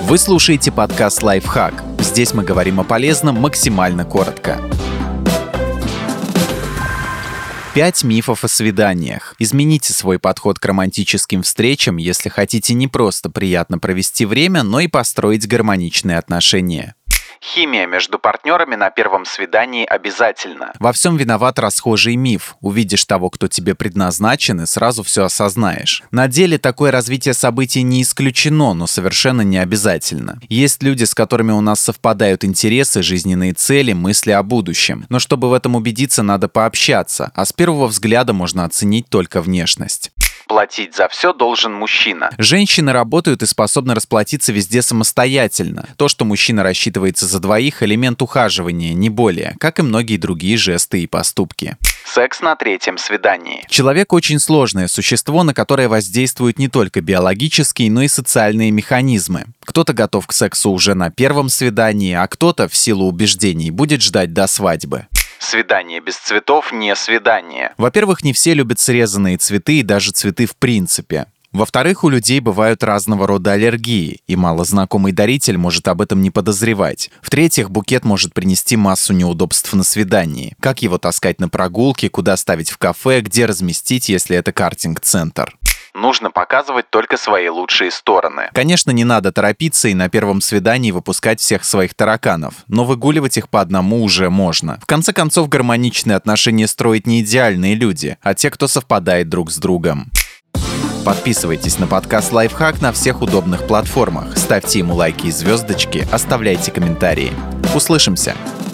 Вы слушаете подкаст «Лайфхак». Здесь мы говорим о полезном максимально коротко. 5 мифов о свиданиях. Измените свой подход к романтическим встречам, если хотите не просто приятно провести время, но и построить гармоничные отношения. Химия между партнерами на первом свидании обязательно. Во всем виноват расхожий миф. Увидишь того, кто тебе предназначен, и сразу все осознаешь. На деле такое развитие событий не исключено, но совершенно не обязательно. Есть люди, с которыми у нас совпадают интересы, жизненные цели, мысли о будущем. Но чтобы в этом убедиться, надо пообщаться, а с первого взгляда можно оценить только внешность. Платить за все должен мужчина. Женщины работают и способны расплатиться везде самостоятельно. То, что мужчина рассчитывается за двоих, элемент ухаживания, не более, как и многие другие жесты и поступки. Секс на третьем свидании. Человек очень сложное существо, на которое воздействуют не только биологические, но и социальные механизмы. Кто-то готов к сексу уже на первом свидании, а кто-то, в силу убеждений, будет ждать до свадьбы. Свидание без цветов не свидание. Во-первых, не все любят срезанные цветы и даже цветы в принципе. Во-вторых, у людей бывают разного рода аллергии, и малознакомый даритель может об этом не подозревать. В-третьих, букет может принести массу неудобств на свидании. Как его таскать на прогулки, куда ставить в кафе, где разместить, если это картинг-центр. Нужно показывать только свои лучшие стороны. Конечно, не надо торопиться и на первом свидании выпускать всех своих тараканов, но выгуливать их по одному уже можно. В конце концов, гармоничные отношения строят не идеальные люди, а те, кто совпадает друг с другом. Подписывайтесь на подкаст «Лайфхак» на всех удобных платформах, ставьте ему лайки и звездочки, оставляйте комментарии. Услышимся!